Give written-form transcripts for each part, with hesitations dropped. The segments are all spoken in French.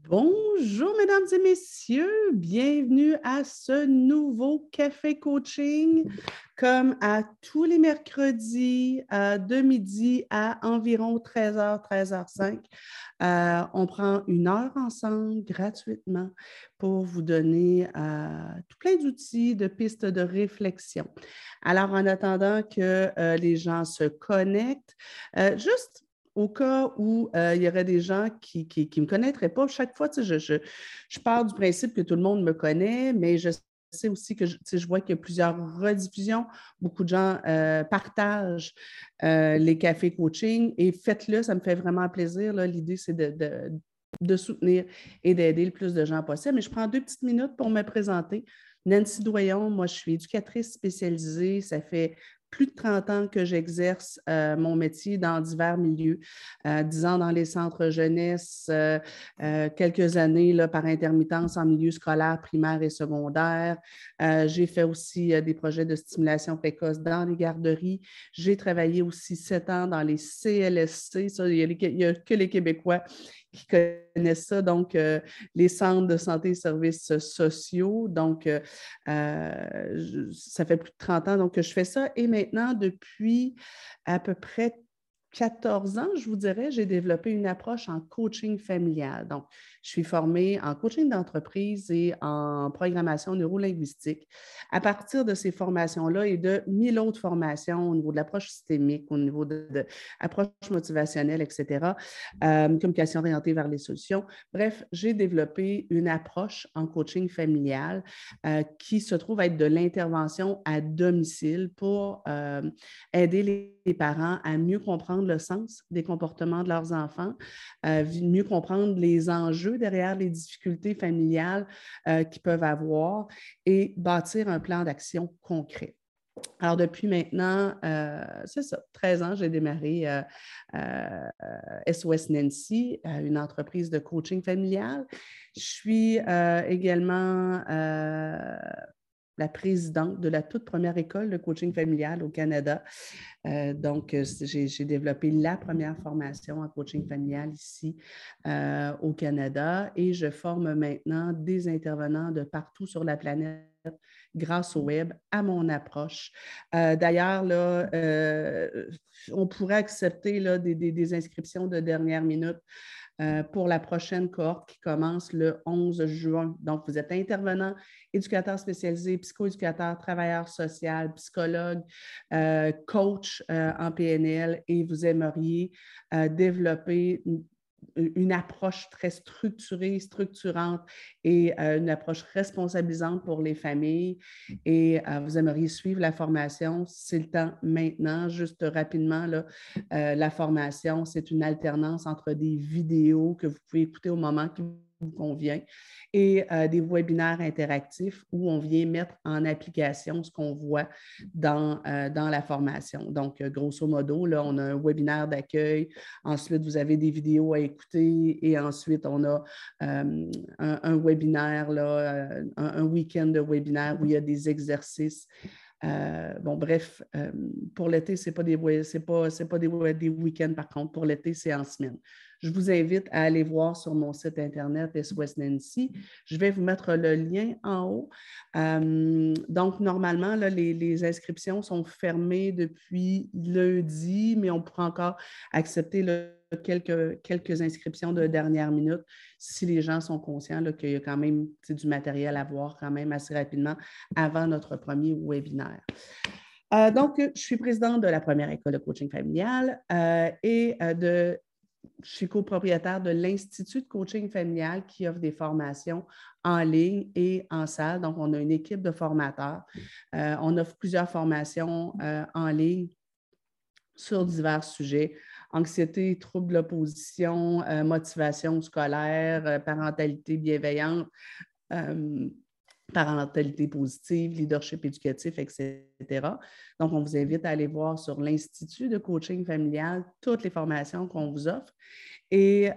Bonjour, mesdames et messieurs, bienvenue à ce nouveau café coaching. Comme à tous les mercredis de midi à environ 13h, 13h05, on prend une heure ensemble gratuitement pour vous donner tout plein d'outils, de pistes de réflexion. Alors, en attendant que les gens se connectent, juste au cas où il y aurait des gens qui ne me connaîtraient pas, chaque fois, je pars du principe que tout le monde me connaît, mais je sais aussi que je vois qu'il y a plusieurs rediffusions. Beaucoup de gens partagent les cafés coaching et faites-le, ça me fait vraiment plaisir. Là. L'idée, c'est de soutenir et d'aider le plus de gens possible. Mais je prends 2 petites minutes pour me présenter. Nancy Doyon, moi, je suis éducatrice spécialisée. Ça fait plus de 30 ans que j'exerce mon métier dans divers milieux, 10 ans dans les centres jeunesse, quelques années là, par intermittence en milieu scolaire, primaire et secondaire. J'ai fait aussi des projets de stimulation précoce dans les garderies. J'ai travaillé aussi 7 ans dans les CLSC. Ça, il n'y a que les Québécois qui connaissent ça, donc les centres de santé et services sociaux. Donc, ça fait plus de 30 ans donc, que je fais ça. Et maintenant, depuis à peu près 14 ans, je vous dirais, j'ai développé une approche en coaching familial. Donc, je suis formée en coaching d'entreprise et en programmation neurolinguistique. À partir de ces formations-là et de 1000 autres formations au niveau de l'approche systémique, au niveau de l'approche motivationnelle, etc., communication orientée vers les solutions. Bref, j'ai développé une approche en coaching familial qui se trouve être de l'intervention à domicile pour aider les parents à mieux comprendre le sens des comportements de leurs enfants, mieux comprendre les enjeux derrière les difficultés familiales qu'ils peuvent avoir et bâtir un plan d'action concret. Alors, depuis maintenant, c'est ça, 13 ans, j'ai démarré SOS Nancy, une entreprise de coaching familial. Je suis également la présidente de la toute première école de coaching familial au Canada. Donc, j'ai développé la première formation en coaching familial ici au Canada et je forme maintenant des intervenants de partout sur la planète grâce au web à mon approche. D'ailleurs, là, on pourrait accepter là, des inscriptions de dernière minute pour la prochaine cohorte qui commence le 11 juin. Donc, vous êtes intervenant, éducateur spécialisé, psychoéducateur, travailleur social, psychologue, coach en PNL et vous aimeriez développer une approche très structurée, structurante et une approche responsabilisante pour les familles et vous aimeriez suivre la formation, c'est le temps maintenant. Juste rapidement, là, la formation, c'est une alternance entre des vidéos que vous pouvez écouter au moment qui vous convient et des webinaires interactifs où on vient mettre en application ce qu'on voit dans la formation. Donc, grosso modo, là, on a un webinaire d'accueil. Ensuite, vous avez des vidéos à écouter et ensuite, on a un webinaire, là, un week-end de webinaire où il y a des exercices. Bon, bref, pour l'été, ce n'est pas des week-ends, par contre. Pour l'été, c'est en semaine. Je vous invite à aller voir sur mon site Internet SOS Nancy. Je vais vous mettre le lien en haut. Donc, normalement, là, les inscriptions sont fermées depuis lundi, mais on pourra encore accepter quelques inscriptions de dernière minute si les gens sont conscients qu'il y a quand même du matériel à voir quand même assez rapidement avant notre premier webinaire. Donc, je suis présidente de la première école de coaching familial et je suis copropriétaire de l'Institut de coaching familial qui offre des formations en ligne et en salle. Donc, on a une équipe de formateurs. On offre plusieurs formations en ligne sur divers sujets. Anxiété, troubles de l'opposition, motivation scolaire, parentalité bienveillante, parentalité positive, leadership éducatif, etc. Donc, on vous invite à aller voir sur l'Institut de coaching familial toutes les formations qu'on vous offre. Et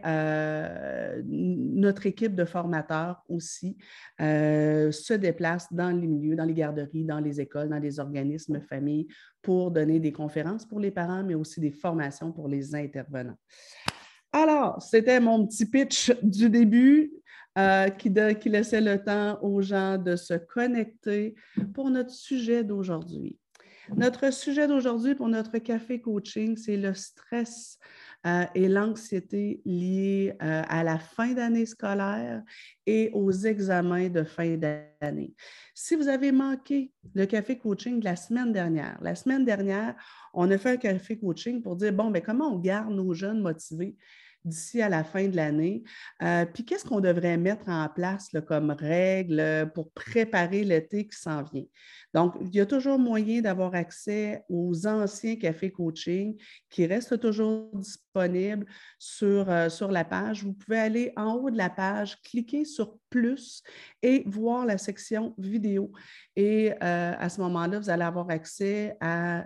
notre équipe de formateurs aussi se déplace dans les milieux, dans les garderies, dans les écoles, dans les organismes familles pour donner des conférences pour les parents, mais aussi des formations pour les intervenants. Alors, c'était mon petit pitch du début qui laissait le temps aux gens de se connecter pour notre sujet d'aujourd'hui. Notre sujet d'aujourd'hui pour notre café coaching, c'est le stress et l'anxiété liés à la fin d'année scolaire et aux examens de fin d'année. Si vous avez manqué le café coaching de la semaine dernière, on a fait un café coaching pour dire, bon, mais comment on garde nos jeunes motivés d'ici à la fin de l'année. Puis qu'est-ce qu'on devrait mettre en place là, comme règle pour préparer l'été qui s'en vient? Donc, il y a toujours moyen d'avoir accès aux anciens cafés coaching qui restent toujours disponibles sur la page. Vous pouvez aller en haut de la page, cliquer sur plus et voir la section vidéo. Et à ce moment-là, vous allez avoir accès à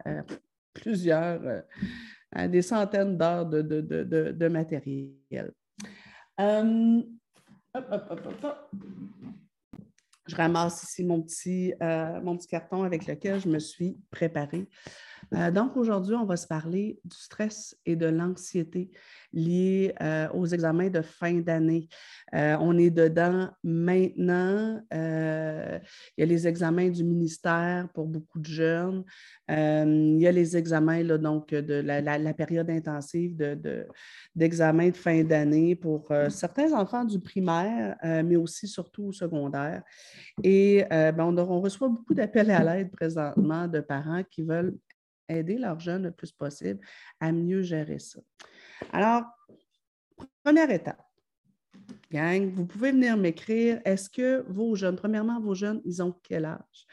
à des centaines d'heures de matériel. Hop, hop, hop, hop, hop. Je ramasse ici mon petit carton avec lequel je me suis préparée. Donc, aujourd'hui, on va se parler du stress et de l'anxiété liés aux examens de fin d'année. On est dedans maintenant. Il y a les examens du ministère pour beaucoup de jeunes. Il y a les examens là, donc, de la période intensive d'examens de fin d'année pour certains enfants du primaire, mais aussi surtout au secondaire. Et on reçoit beaucoup d'appels à l'aide présentement de parents qui veulent aider leurs jeunes le plus possible à mieux gérer ça. Alors, première étape, gang, vous pouvez venir m'écrire, est-ce que premièrement, vos jeunes, ils ont quel âge?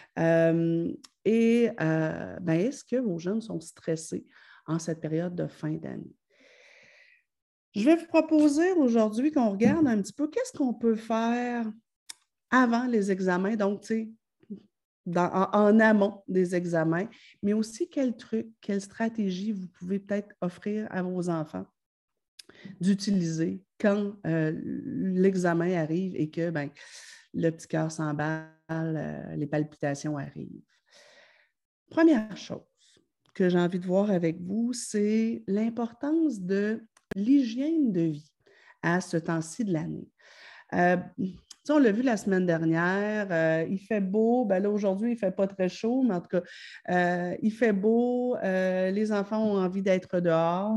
Est-ce que vos jeunes sont stressés en cette période de fin d'année? Je vais vous proposer aujourd'hui qu'on regarde un petit peu qu'est-ce qu'on peut faire avant les examens, donc, tu sais, en amont des examens, mais aussi quels trucs, quelles stratégies vous pouvez peut-être offrir à vos enfants d'utiliser quand l'examen arrive et que le petit cœur s'emballe, les palpitations arrivent. Première chose que j'ai envie de voir avec vous, c'est l'importance de l'hygiène de vie à ce temps-ci de l'année. On l'a vu la semaine dernière, il fait beau, là aujourd'hui il ne fait pas très chaud, mais en tout cas, il fait beau, les enfants ont envie d'être dehors.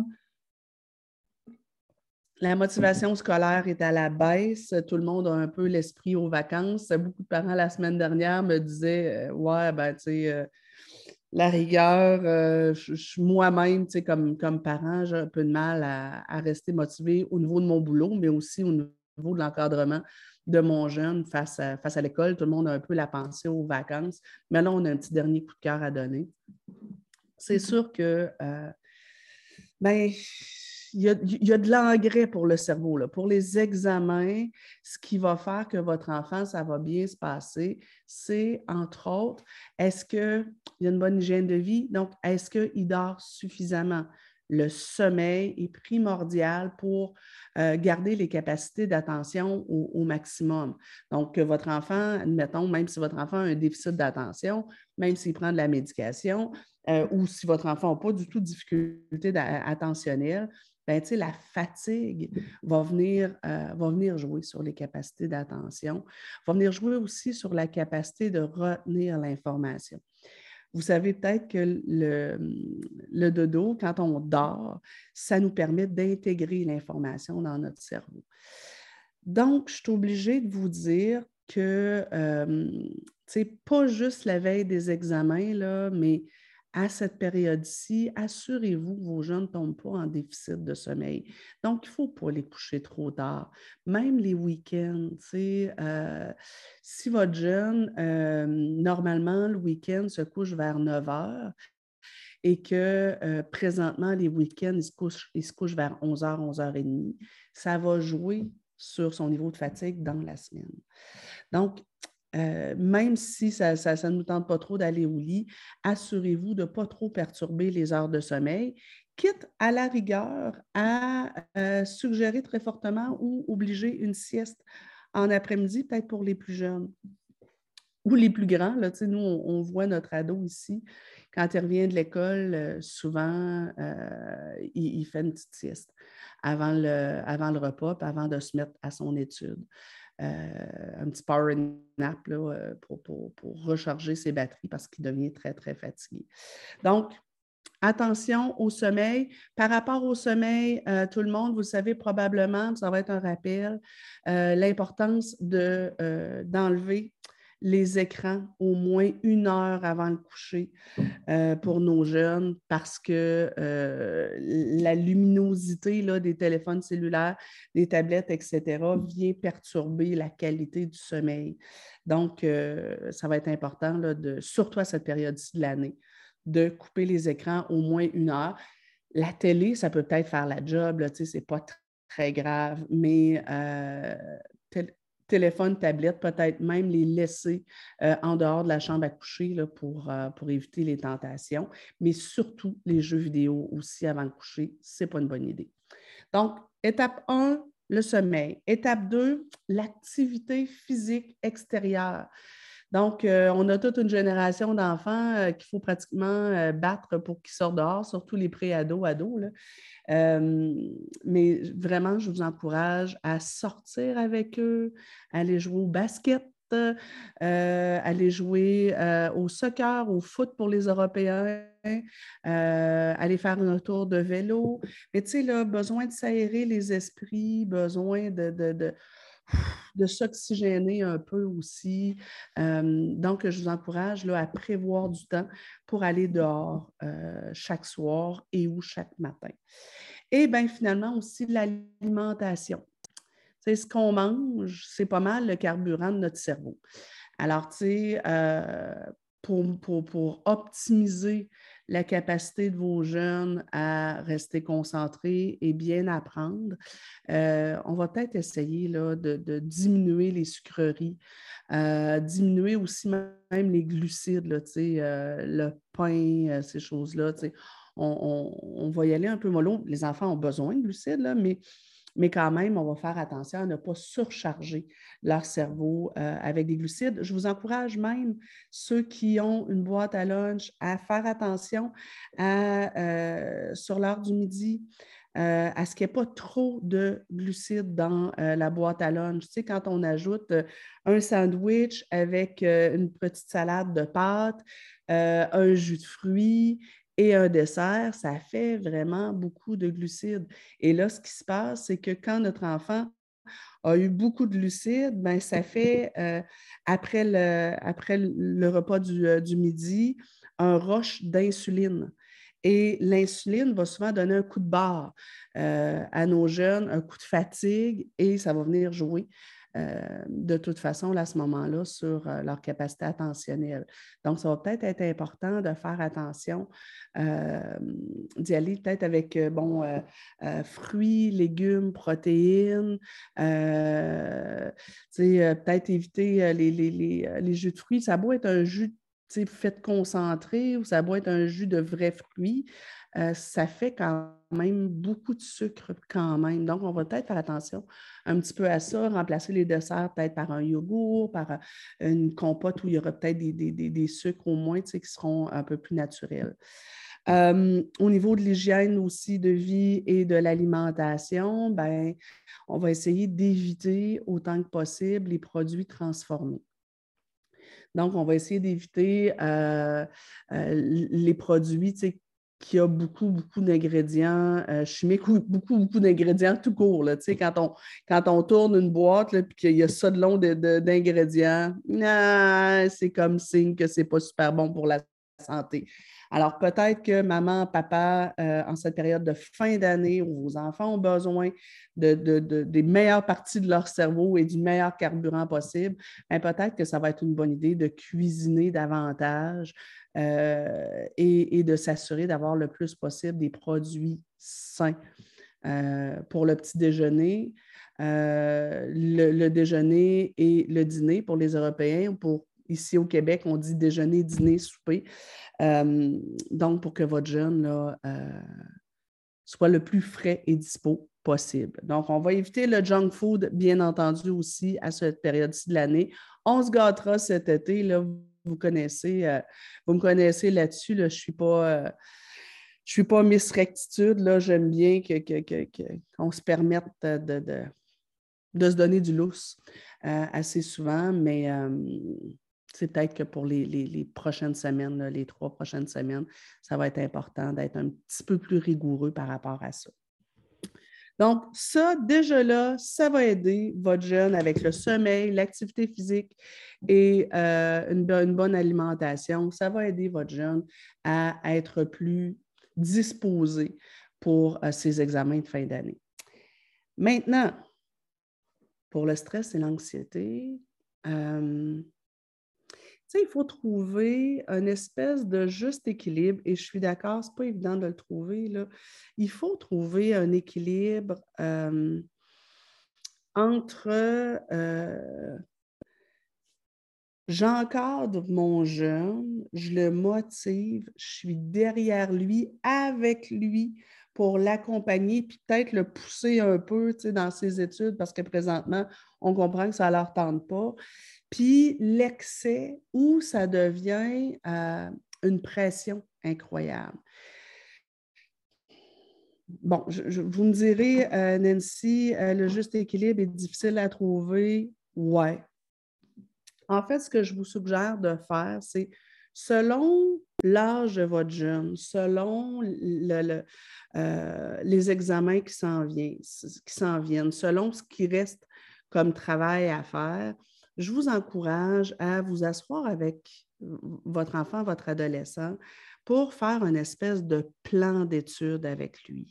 La motivation scolaire est à la baisse, tout le monde a un peu l'esprit aux vacances. Beaucoup de parents la semaine dernière me disaient ouais, tu sais, la rigueur, moi-même, tu sais, comme parent, j'ai un peu de mal à rester motivée au niveau de mon boulot, mais aussi au niveau de l'encadrement de mon jeune face à l'école. Tout le monde a un peu la pensée aux vacances. Mais là, on a un petit dernier coup de cœur à donner. C'est sûr que il y a de l'engrais pour le cerveau. Là. Pour les examens, ce qui va faire que votre enfant, ça va bien se passer, c'est, entre autres, est-ce qu'il y a une bonne hygiène de vie? Donc, est-ce qu'il dort suffisamment? Le sommeil est primordial pour garder les capacités d'attention au maximum. Donc, que votre enfant, admettons, même si votre enfant a un déficit d'attention, même s'il prend de la médication, ou si votre enfant n'a pas du tout de difficulté attentionnelle, la fatigue va venir jouer sur les capacités d'attention, va venir jouer aussi sur la capacité de retenir l'information. Vous savez peut-être que le dodo, quand on dort, ça nous permet d'intégrer l'information dans notre cerveau. Donc, je suis obligée de vous dire que, pas juste la veille des examens, là, mais à cette période-ci, assurez-vous que vos jeunes ne tombent pas en déficit de sommeil. Donc, il ne faut pas les coucher trop tard. Même les week-ends, si votre jeune, normalement, le week-end se couche vers 9 heures et que présentement, les week-ends, il se couche vers 11 h, 11 h 30, ça va jouer sur son niveau de fatigue dans la semaine. Donc, même si ça ne nous tente pas trop d'aller au lit, assurez-vous de ne pas trop perturber les heures de sommeil, quitte à la rigueur à suggérer très fortement ou obliger une sieste en après-midi, peut-être pour les plus jeunes ou les plus grands. Là, nous, on voit notre ado ici. quand il revient de l'école, souvent, il fait une petite sieste avant le repas, puis avant de se mettre à son étude. Un petit power nap là, pour recharger ses batteries parce qu'il devient très, très fatigué. Donc, attention au sommeil. Par rapport au sommeil, tout le monde, vous le savez probablement, ça va être un rappel, l'importance d'enlever les écrans au moins 1 heure avant le coucher pour nos jeunes parce que la luminosité là, des téléphones cellulaires, des tablettes, etc., vient perturber la qualité du sommeil. Donc, ça va être important, là, surtout à cette période-ci de l'année, de couper les écrans au moins 1 heure. La télé, ça peut peut-être faire la job, là, c'est pas très grave, mais téléphone, tablette, peut-être même les laisser en dehors de la chambre à coucher là, pour éviter les tentations, mais surtout les jeux vidéo aussi avant le coucher, ce n'est pas une bonne idée. Donc, étape 1, le sommeil. Étape 2, l'activité physique extérieure. Donc, on a toute une génération d'enfants qu'il faut pratiquement battre pour qu'ils sortent dehors, surtout les pré-ados, ados. Là. Mais vraiment, je vous encourage à sortir avec eux, à aller jouer au basket, aller jouer au soccer, au foot pour les Européens, aller faire un tour de vélo. Mais tu sais, là, besoin de s'aérer les esprits, besoin de s'oxygéner un peu aussi. Donc, je vous encourage là, à prévoir du temps pour aller dehors chaque soir et ou chaque matin. Et bien, finalement, aussi l'alimentation. Tu sais, ce qu'on mange, c'est pas mal le carburant de notre cerveau. Alors, tu sais, pour optimiser la capacité de vos jeunes à rester concentrés et bien apprendre, on va peut-être essayer là, de diminuer les sucreries, diminuer aussi même les glucides, là, le pain, ces choses-là. On va y aller un peu mollo. Les enfants ont besoin de glucides, là, mais quand même, on va faire attention à ne pas surcharger leur cerveau avec des glucides. Je vous encourage même, ceux qui ont une boîte à lunch, à faire attention sur l'heure du midi, à ce qu'il n'y ait pas trop de glucides dans la boîte à lunch. Tu sais, quand on ajoute un sandwich avec une petite salade de pâtes, un jus de fruits, et un dessert, ça fait vraiment beaucoup de glucides. Et là, ce qui se passe, c'est que quand notre enfant a eu beaucoup de glucides, bien, ça fait, après le repas du midi, un rush d'insuline. Et l'insuline va souvent donner un coup de barre à nos jeunes, un coup de fatigue, et ça va venir jouer de toute façon, là, à ce moment-là, sur leur capacité attentionnelle. Donc, ça va peut-être être important de faire attention, d'y aller peut-être avec, fruits, légumes, protéines, peut-être éviter les jus de fruits. Ça a beau être un jus fait concentré ou ça a beau être un jus de vrais fruits, ça fait quand même beaucoup de sucre quand même. Donc, on va peut-être faire attention un petit peu à ça, remplacer les desserts peut-être par un yogourt, par une compote où il y aura peut-être des sucres au moins qui seront un peu plus naturels. Au niveau de l'hygiène aussi de vie et de l'alimentation, ben, on va essayer d'éviter autant que possible les produits transformés. Donc, on va essayer d'éviter les produits qui ont beaucoup, beaucoup d'ingrédients chimiques ou beaucoup, beaucoup d'ingrédients tout court. Là. Quand on tourne une boîte et qu'il y a ça de long d'ingrédients, c'est comme signe que ce n'est pas super bon pour la santé. Alors, peut-être que maman, papa, en cette période de fin d'année où vos enfants ont besoin des meilleures parties de leur cerveau et du meilleur carburant possible, bien, peut-être que ça va être une bonne idée de cuisiner davantage et de s'assurer d'avoir le plus possible des produits sains pour le petit déjeuner, le déjeuner et le dîner pour les Européens. Ici au Québec, on dit déjeuner, dîner, souper. Donc, pour que votre jeune là, soit le plus frais et dispo possible. Donc, on va éviter le junk food, bien entendu, aussi à cette période-ci de l'année. On se gâtera cet été, là, vous me connaissez là-dessus, là, je suis pas Miss Rectitude, là, j'aime bien qu'on se permette de se donner du lousse assez souvent, mais c'est peut-être que pour les prochaines semaines, là, les 3 prochaines semaines, ça va être important d'être un petit peu plus rigoureux par rapport à ça. Donc, ça, déjà là, ça va aider votre jeune avec le sommeil, l'activité physique et une bonne alimentation. Ça va aider votre jeune à être plus disposé pour ses examens de fin d'année. Maintenant, pour le stress et l'anxiété, il faut trouver une espèce de juste équilibre, et je suis d'accord, ce n'est pas évident de le trouver, là. Il faut trouver un équilibre entre j'encadre mon jeune, je le motive, je suis derrière lui, avec lui, pour l'accompagner, puis peut-être le pousser un peu dans ses études, parce que présentement, on comprend que ça ne leur tente pas. Puis l'excès où ça devient une pression incroyable. Bon, vous me direz, Nancy, le juste équilibre est difficile à trouver. Ouais. En fait, ce que je vous suggère de faire, c'est selon l'âge de votre jeune, selon les examens qui s'en viennent, selon ce qui reste comme travail à faire, je vous encourage à vous asseoir avec votre enfant, votre adolescent, pour faire une espèce de plan d'études avec lui.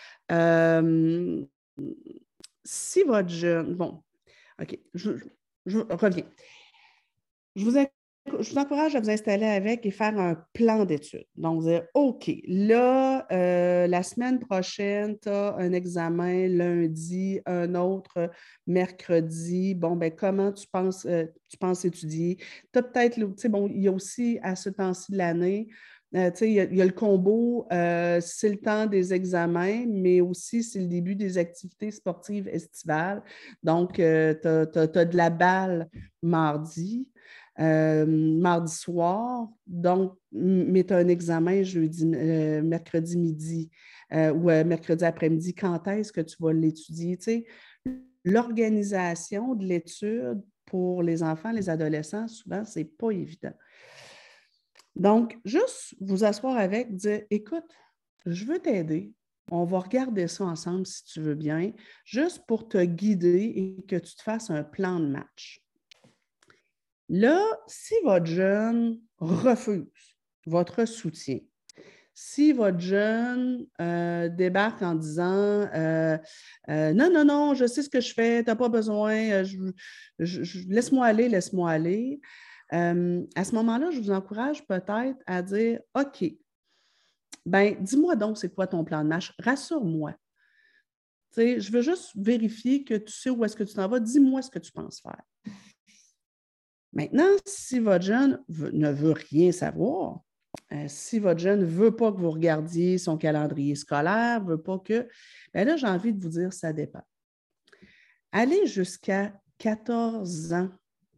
Si votre jeune... Bon, OK, je reviens. Je vous encourage à vous installer avec et faire un plan d'études. Donc, vous dire, OK, là, la semaine prochaine, tu as un examen lundi, un autre mercredi. Bon, ben comment tu penses étudier? Tu as peut-être, tu sais, bon, il y a aussi à ce temps-ci de l'année, tu sais, il y a le combo, c'est le temps des examens, mais aussi c'est le début des activités sportives estivales. Donc, tu as de la balle mardi. Mardi soir, donc, mais tu as un examen mercredi midi ou mercredi après-midi. Quand est-ce que tu vas l'étudier? Tu sais, l'organisation de l'étude pour les enfants, les adolescents, souvent, ce n'est pas évident. Donc, juste vous asseoir avec, dire, écoute, je veux t'aider. On va regarder ça ensemble si tu veux bien, juste pour te guider et que tu te fasses un plan de match. Là, si votre jeune refuse votre soutien, si votre jeune débarque en disant non, non, non, je sais ce que je fais, tu n'as pas besoin, laisse-moi aller, laisse-moi aller. À ce moment-là, je vous encourage peut-être à dire OK, ben dis-moi donc c'est quoi ton plan de match, rassure-moi. Tu sais, je veux juste vérifier que tu sais où est-ce que tu t'en vas, dis-moi ce que tu penses faire. Maintenant, si votre jeune ne veut rien savoir, si votre jeune ne veut pas que vous regardiez son calendrier scolaire, ne veut pas que, bien là, j'ai envie de vous dire, ça dépend. Allez jusqu'à 14 ans.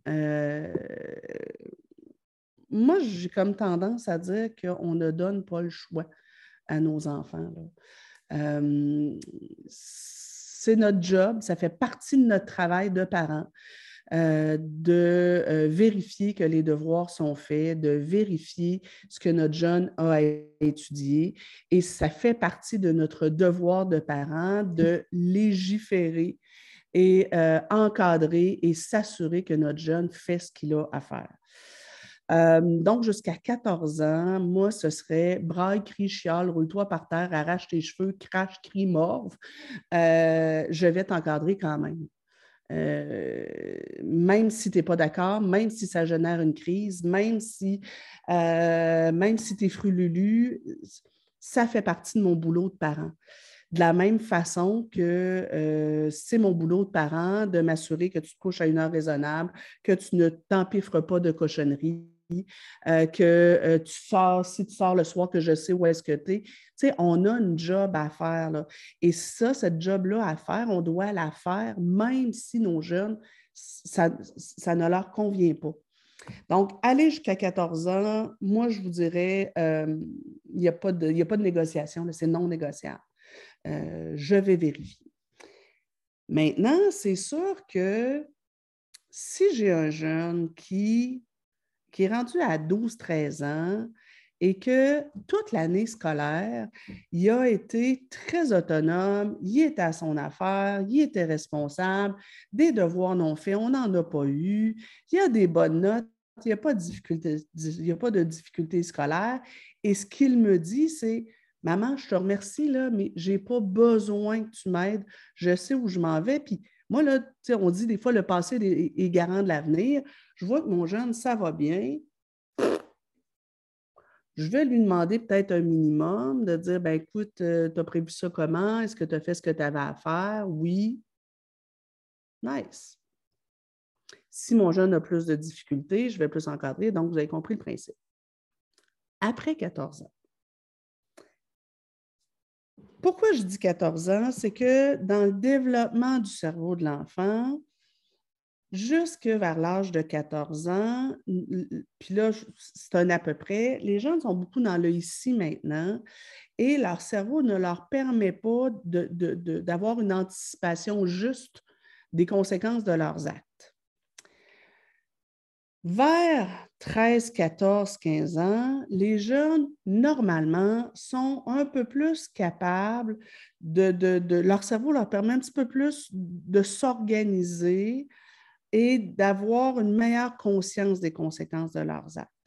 Moi, j'ai comme tendance à dire qu'on ne donne pas le choix à nos enfants. C'est notre job, ça fait partie de notre travail de parents. De vérifier que les devoirs sont faits, de vérifier ce que notre jeune a à étudier. Et ça fait partie de notre devoir de parents de légiférer et encadrer et s'assurer que notre jeune fait ce qu'il a à faire. Donc, jusqu'à 14 ans, moi, ce serait braille, crie, chiale, roule-toi par terre, arrache tes cheveux, crache, crie, morve. Je vais t'encadrer quand même. Même si tu n'es pas d'accord, même si ça génère une crise, même si tu es frululu, ça fait partie de mon boulot de parent. De la même façon que c'est mon boulot de parent de m'assurer que tu te couches à une heure raisonnable, que tu ne t'empiffres pas de cochonneries, que si tu sors le soir, que je sais où est-ce que tu es. Tu sais, on a une job à faire, là. Et ça, cette job-là à faire, on doit la faire même si nos jeunes, ça ne leur convient pas. Donc, aller jusqu'à 14 ans, moi, je vous dirais, il n'y a pas de négociation, là, c'est non négociable. Je vais vérifier. Maintenant, c'est sûr que si j'ai un jeune qui est rendu à 12-13 ans et que toute l'année scolaire, il a été très autonome, il était à son affaire, il était responsable, des devoirs non faits, on n'en a pas eu, il y a des bonnes notes, il n'y a pas de difficultés scolaires. Et ce qu'il me dit, c'est: Maman, je te remercie, là, mais je n'ai pas besoin que tu m'aides. Je sais où je m'en vais. Puis moi, là, on dit des fois le passé est garant de l'avenir. Je vois que mon jeune, ça va bien. Je vais lui demander peut-être un minimum, de dire: ben écoute, tu as prévu ça comment? Est-ce que tu as fait ce que tu avais à faire? Oui. Nice. Si mon jeune a plus de difficultés, je vais plus encadrer. Donc, vous avez compris le principe. Après 14 ans. Pourquoi je dis 14 ans? C'est que dans le développement du cerveau de l'enfant, jusque vers l'âge de 14 ans, puis là, c'est un à peu près, les gens sont beaucoup dans le ici maintenant et leur cerveau ne leur permet pas d'avoir une anticipation juste des conséquences de leurs actes. Vers 13, 14, 15 ans, les jeunes, normalement, sont un peu plus capables leur cerveau leur permet un petit peu plus de s'organiser et d'avoir une meilleure conscience des conséquences de leurs actes.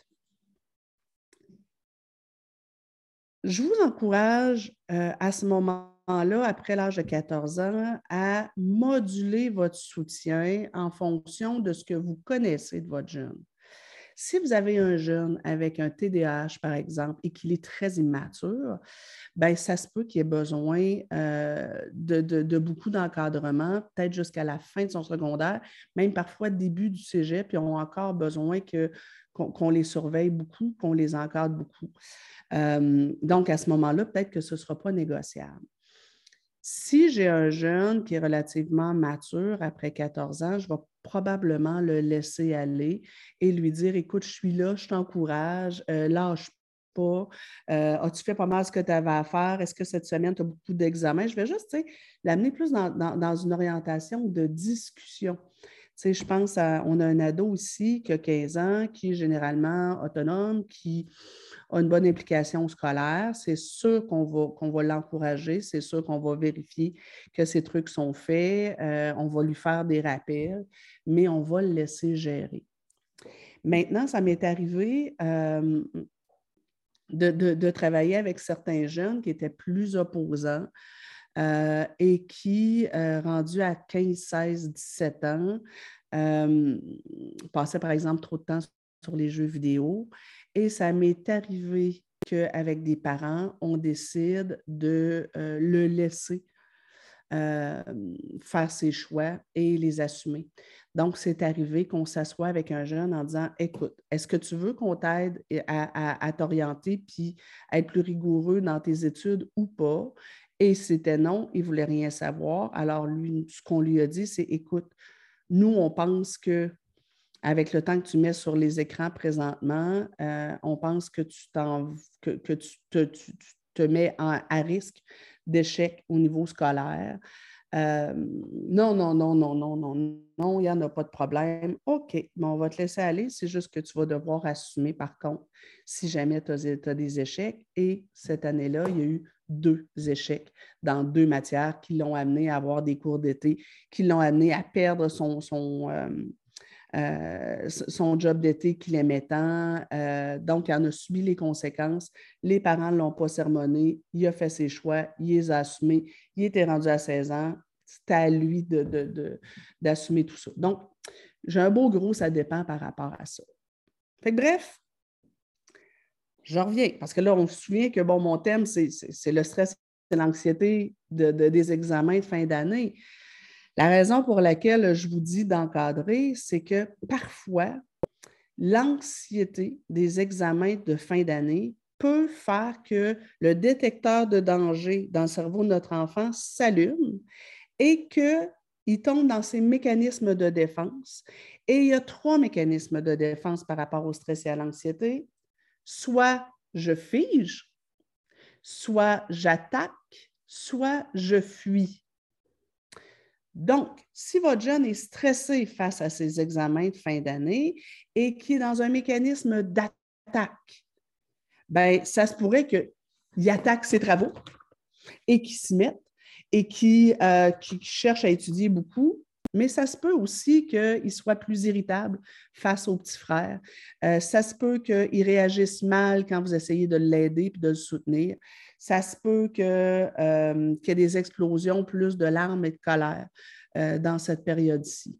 Je vous encourage à ce moment-là, après l'âge de 14 ans, à moduler votre soutien en fonction de ce que vous connaissez de votre jeune. Si vous avez un jeune avec un TDAH, par exemple, et qu'il est très immature, bien, ça se peut qu'il ait besoin de beaucoup d'encadrement, peut-être jusqu'à la fin de son secondaire, même parfois début du cégep, puis ont encore besoin qu'on les surveille beaucoup, qu'on les encadre beaucoup. Donc, à ce moment-là, peut-être que ce ne sera pas négociable. Si j'ai un jeune qui est relativement mature, après 14 ans, je vais probablement le laisser aller et lui dire: écoute, je suis là, je t'encourage, lâche pas. As-tu fait pas mal ce que tu avais à faire? Est-ce que cette semaine, tu as beaucoup d'examens? Je vais juste l'amener plus dans une orientation de discussion. Je pense on a un ado ici qui a 15 ans, qui est généralement autonome, qui a une bonne implication scolaire. C'est sûr qu'on va l'encourager, c'est sûr qu'on va vérifier que ces trucs sont faits, on va lui faire des rappels, mais on va le laisser gérer. Maintenant, ça m'est arrivé de travailler avec certains jeunes qui étaient plus opposants et qui, rendus à 15, 16, 17 ans, passaient par exemple trop de temps sur les jeux vidéo. Et ça m'est arrivé qu'avec des parents, on décide de le laisser faire ses choix et les assumer. Donc, c'est arrivé qu'on s'assoit avec un jeune en disant: écoute, est-ce que tu veux qu'on t'aide à t'orienter puis à être plus rigoureux dans tes études ou pas? Et c'était non, il ne voulait rien savoir. Alors, lui, ce qu'on lui a dit, c'est: écoute, nous, on pense que avec le temps que tu mets sur les écrans présentement, on pense que tu te mets à risque d'échec au niveau scolaire. Non, non, non, non, non, non, non, il n'y en a pas de problème. OK, mais on va te laisser aller. C'est juste que tu vas devoir assumer, par contre, si jamais tu as des échecs. Et cette année-là, il y a eu 2 échecs dans 2 matières qui l'ont amené à avoir des cours d'été, qui l'ont amené à perdre son job d'été qu'il aimait tant. Donc, il en a subi les conséquences. Les parents ne l'ont pas sermonné. Il a fait ses choix. Il les a assumés. Il était rendu à 16 ans. C'était à lui d'assumer tout ça. Donc, j'ai un beau gros, ça dépend par rapport à ça. Fait que, bref, je reviens. Parce que là, on se souvient que, bon, mon thème, c'est le stress et l'anxiété des examens de fin d'année. La raison pour laquelle je vous dis d'encadrer, c'est que parfois, l'anxiété des examens de fin d'année peut faire que le détecteur de danger dans le cerveau de notre enfant s'allume et qu'il tombe dans ses mécanismes de défense Et il y a 3 mécanismes de défense par rapport au stress et à l'anxiété. Soit je fige, soit j'attaque, soit je fuis. Donc, si votre jeune est stressé face à ses examens de fin d'année et qui est dans un mécanisme d'attaque, bien, ça se pourrait qu'il attaque ses travaux et qu'il s'y mette et qu'il cherche à étudier beaucoup, mais ça se peut aussi qu'il soit plus irritable face au petit frère. Ça se peut qu'il réagisse mal quand vous essayez de l'aider et de le soutenir. Ça se peut qu'il y ait des explosions, plus de larmes et de colère dans cette période-ci.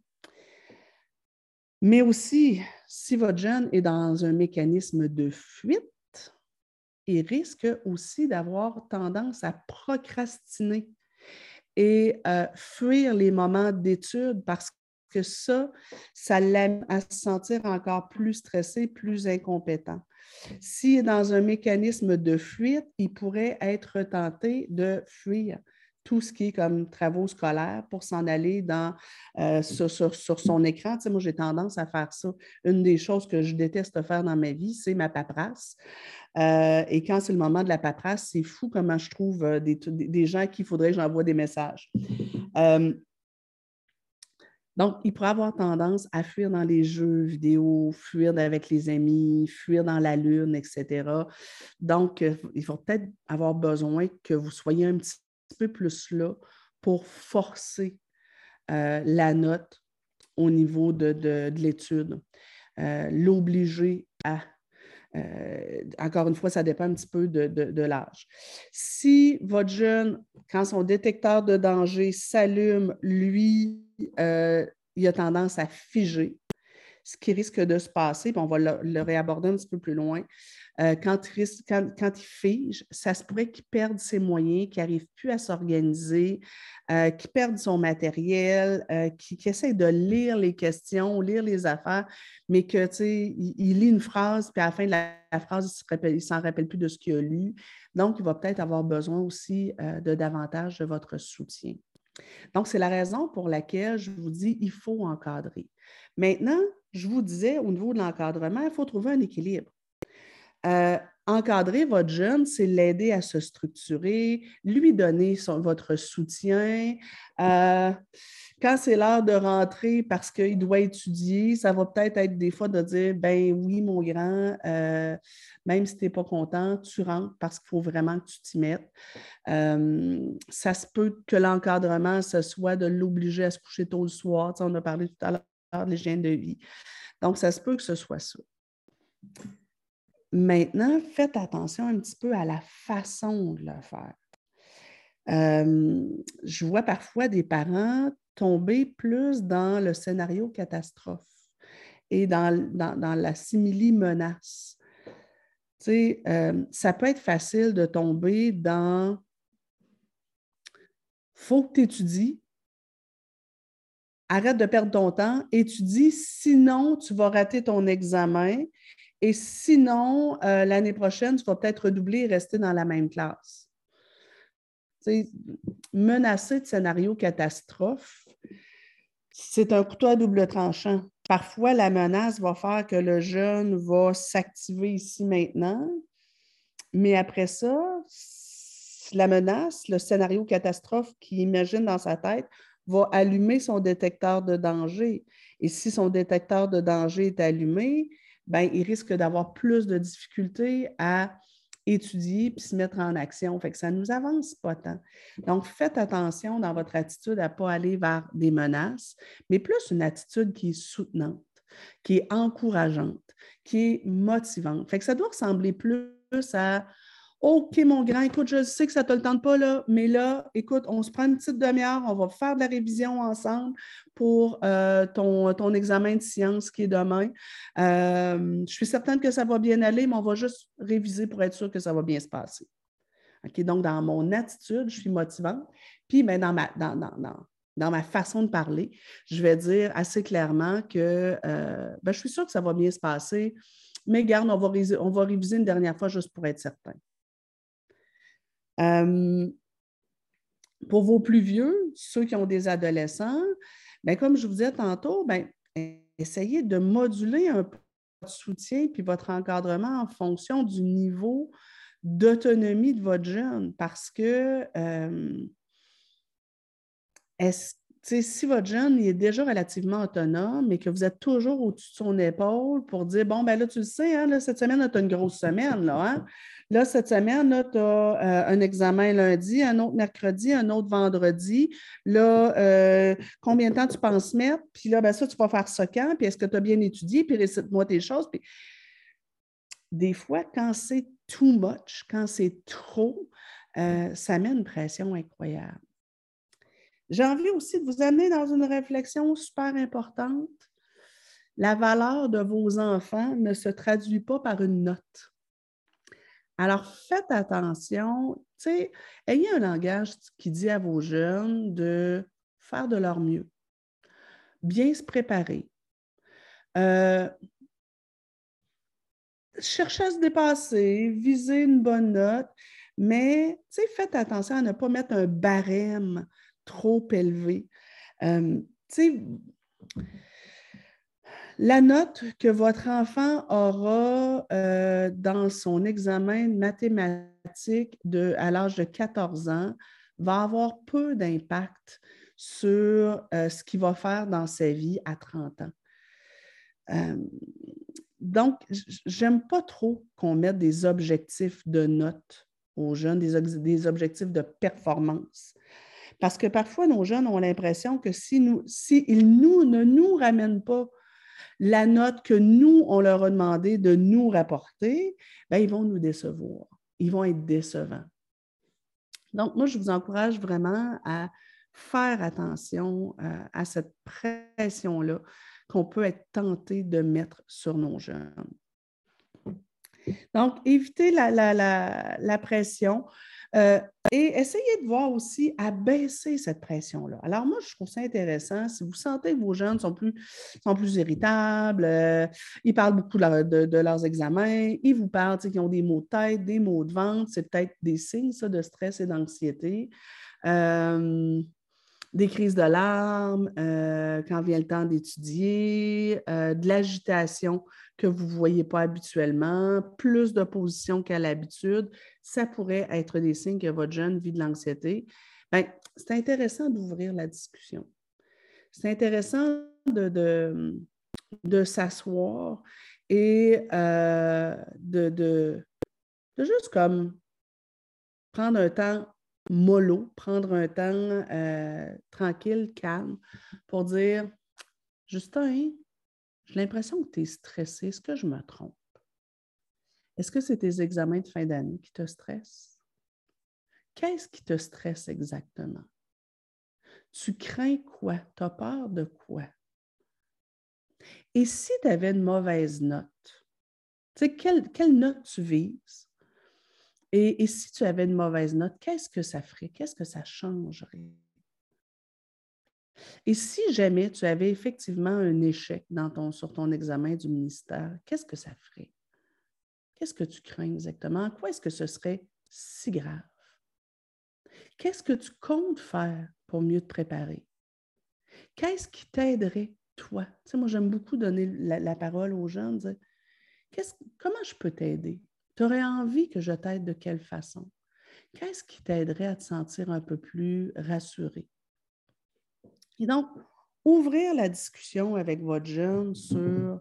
Mais aussi, si votre jeune est dans un mécanisme de fuite, il risque aussi d'avoir tendance à procrastiner et fuir les moments d'études parce que ça l'amène à se sentir encore plus stressé, plus incompétent. S'il est dans un mécanisme de fuite, il pourrait être tenté de fuir tout ce qui est comme travaux scolaires pour s'en aller sur son écran. Tu sais, moi, j'ai tendance à faire ça. Une des choses que je déteste faire dans ma vie, c'est ma paperasse. Et quand c'est le moment de la paperasse, c'est fou comment je trouve des gens à qui il faudrait que j'envoie des messages. Donc, il pourrait avoir tendance à fuir dans les jeux vidéo, fuir avec les amis, fuir dans la lune, etc. Donc, il faut peut-être avoir besoin que vous soyez un petit peu plus là pour forcer la note au niveau de l'étude, l'obliger à encore une fois, ça dépend un petit peu de l'âge. Si votre jeune, quand son détecteur de danger s'allume, lui, il a tendance à figer, ce qui risque de se passer, puis on va le réaborder un petit peu plus loin. Quand il fige, ça se pourrait qu'il perde ses moyens, qu'il n'arrive plus à s'organiser, qu'il perde son matériel, qu'il essaie de lire les questions, lire les affaires, mais que, tu sais, il lit une phrase, puis à la fin de la phrase, il ne s'en rappelle plus de ce qu'il a lu. Donc, il va peut-être avoir besoin aussi de davantage de votre soutien. Donc, c'est la raison pour laquelle je vous dis il faut encadrer. Maintenant, je vous disais, au niveau de l'encadrement, il faut trouver un équilibre. Encadrer votre jeune, c'est l'aider à se structurer, lui donner votre soutien. Quand c'est l'heure de rentrer parce qu'il doit étudier, ça va peut-être être des fois de dire, ben oui, mon grand, même si tu n'es pas content, tu rentres parce qu'il faut vraiment que tu t'y mettes. Ça se peut que l'encadrement, ce soit de l'obliger à se coucher tôt le soir. Tu sais, on a parlé tout à l'heure de l'hygiène de vie. Donc, ça se peut que ce soit ça. Maintenant, faites attention un petit peu à la façon de le faire. Je vois parfois des parents tomber plus dans le scénario catastrophe et dans la simili-menace. Tu sais, ça peut être facile de tomber dans « faut que tu étudies, arrête de perdre ton temps, étudie, sinon tu vas rater ton examen et sinon, l'année prochaine, tu vas peut-être redoubler et rester dans la même classe. » Menacer de scénario catastrophe, c'est un couteau à double tranchant. Parfois, la menace va faire que le jeune va s'activer ici maintenant, mais après ça, la menace, le scénario catastrophe qu'il imagine dans sa tête, va allumer son détecteur de danger. Et si son détecteur de danger est allumé, ben, il risque d'avoir plus de difficultés à étudier puis se mettre en action. Fait que ça ne nous avance pas tant. Donc, faites attention dans votre attitude à ne pas aller vers des menaces, mais plus une attitude qui est soutenante, qui est encourageante, qui est motivante. Fait que ça doit ressembler plus à OK, mon grand, écoute, je sais que ça ne te le tente pas, là, mais là, écoute, on se prend une petite demi-heure, on va faire de la révision ensemble pour ton examen de sciences qui est demain. Je suis certaine que ça va bien aller, mais on va juste réviser pour être sûr que ça va bien se passer. OK, donc, dans mon attitude, je suis motivante. Puis, ben, dans ma façon de parler, je vais dire assez clairement que je suis sûre que ça va bien se passer, mais garde, on va réviser une dernière fois juste pour être certain. Pour vos plus vieux, ceux qui ont des adolescents, bien, comme je vous disais tantôt, bien, essayez de moduler un peu votre soutien puis votre encadrement en fonction du niveau d'autonomie de votre jeune. Parce que si votre jeune il est déjà relativement autonome et que vous êtes toujours au-dessus de son épaule pour dire, bon, ben là, tu le sais, hein, là, cette semaine, tu as une grosse semaine, là, hein? Là, cette semaine, tu as un examen lundi, un autre mercredi, un autre vendredi. Là, combien de temps tu penses mettre? Puis là, ben ça, tu vas faire ça quand? Puis est-ce que tu as bien étudié? Puis récite-moi tes choses. Puis des fois, quand c'est too much, quand c'est trop, ça met une pression incroyable. J'ai envie aussi de vous amener dans une réflexion super importante. La valeur de vos enfants ne se traduit pas par une note. Alors, faites attention, ayez un langage qui dit à vos jeunes de faire de leur mieux, bien se préparer, chercher à se dépasser, viser une bonne note, mais faites attention à ne pas mettre un barème trop élevé. La note que votre enfant aura dans son examen de mathématiques à l'âge de 14 ans va avoir peu d'impact sur ce qu'il va faire dans sa vie à 30 ans. Donc, j'aime pas trop qu'on mette des objectifs de notes aux jeunes, des objectifs de performance. Parce que parfois, nos jeunes ont l'impression que s'ils ne nous ramènent pas la note que nous, on leur a demandé de nous rapporter, bien, ils vont nous décevoir. Ils vont être décevants. Donc, moi, je vous encourage vraiment à faire attention à cette pression-là qu'on peut être tenté de mettre sur nos jeunes. Donc, évitez la pression et essayez de voir aussi à baisser cette pression-là. Alors, moi, je trouve ça intéressant. Si vous sentez que vos jeunes sont plus irritables, ils parlent beaucoup de leurs examens, ils vous parlent qu'ils ont des maux de tête, des maux de ventre, c'est peut-être des signes, ça, de stress et d'anxiété. Des crises de larmes quand vient le temps d'étudier, de l'agitation que vous ne voyez pas habituellement, plus d'opposition qu'à l'habitude, ça pourrait être des signes que votre jeune vit de l'anxiété. Bien, c'est intéressant d'ouvrir la discussion. C'est intéressant de s'asseoir et de juste comme prendre un temps mollo, prendre un temps tranquille, calme, pour dire « Justin, j'ai l'impression que tu es stressé. Est-ce que je me trompe? Est-ce que c'est tes examens de fin d'année qui te stressent? Qu'est-ce qui te stresse exactement? Tu crains quoi? Tu as peur de quoi? Et si tu avais une mauvaise note, quelle note tu vises? Et si tu avais une mauvaise note, qu'est-ce que ça ferait? Qu'est-ce que ça changerait? Et si jamais tu avais effectivement un échec sur ton examen du ministère, qu'est-ce que ça ferait? Qu'est-ce que tu crains exactement? Quoi est-ce que ce serait si grave? Qu'est-ce que tu comptes faire pour mieux te préparer? Qu'est-ce qui t'aiderait, toi? Moi, j'aime beaucoup donner la parole aux gens, dire comment je peux t'aider? Tu aurais envie que je t'aide de quelle façon? Qu'est-ce qui t'aiderait à te sentir un peu plus rassuré? Et donc, ouvrir la discussion avec votre jeune sur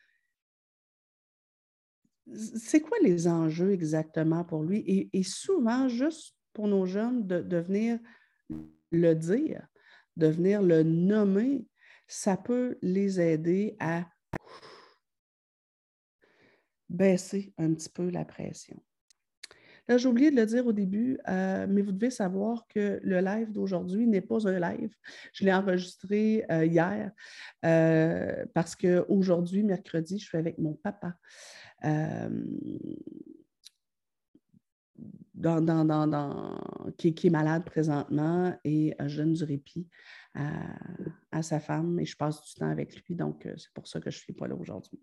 c'est quoi les enjeux exactement pour lui et souvent, juste pour nos jeunes, de venir le dire, de venir le nommer, ça peut les aider à baisser un petit peu la pression. Là, j'ai oublié de le dire au début, mais vous devez savoir que le live d'aujourd'hui n'est pas un live. Je l'ai enregistré hier parce qu'aujourd'hui, mercredi, je suis avec mon papa. Qui est malade présentement et je donne du répit à sa femme et je passe du temps avec lui. Donc, c'est pour ça que je ne suis pas là aujourd'hui.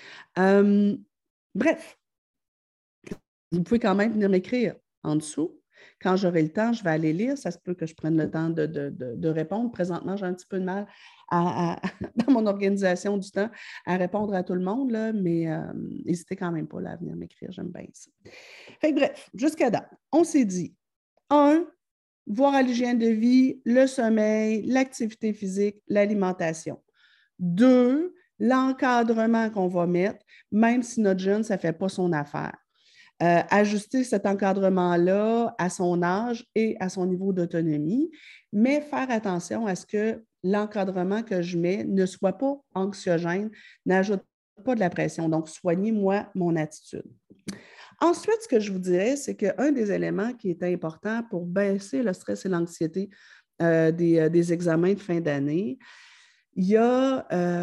Bref, vous pouvez quand même venir m'écrire en dessous Quand j'aurai le temps, je vais aller lire. Ça se peut que je prenne le temps de répondre. Présentement, j'ai un petit peu de mal dans mon organisation du temps à répondre à tout le monde, là, mais n'hésitez quand même pas là, à venir m'écrire. J'aime bien ça. Fait que, bref, jusqu'à date, on s'est dit, voir à l'hygiène de vie, le sommeil, l'activité physique, l'alimentation. 2, l'encadrement qu'on va mettre, même si notre jeune, ça ne fait pas son affaire. Ajuster cet encadrement-là à son âge et à son niveau d'autonomie, mais faire attention à ce que l'encadrement que je mets ne soit pas anxiogène, n'ajoute pas de la pression. Donc, soignez-moi mon attitude. Ensuite, ce que je vous dirais, c'est qu'un des éléments qui est important pour baisser le stress et l'anxiété des examens de fin d'année, il y a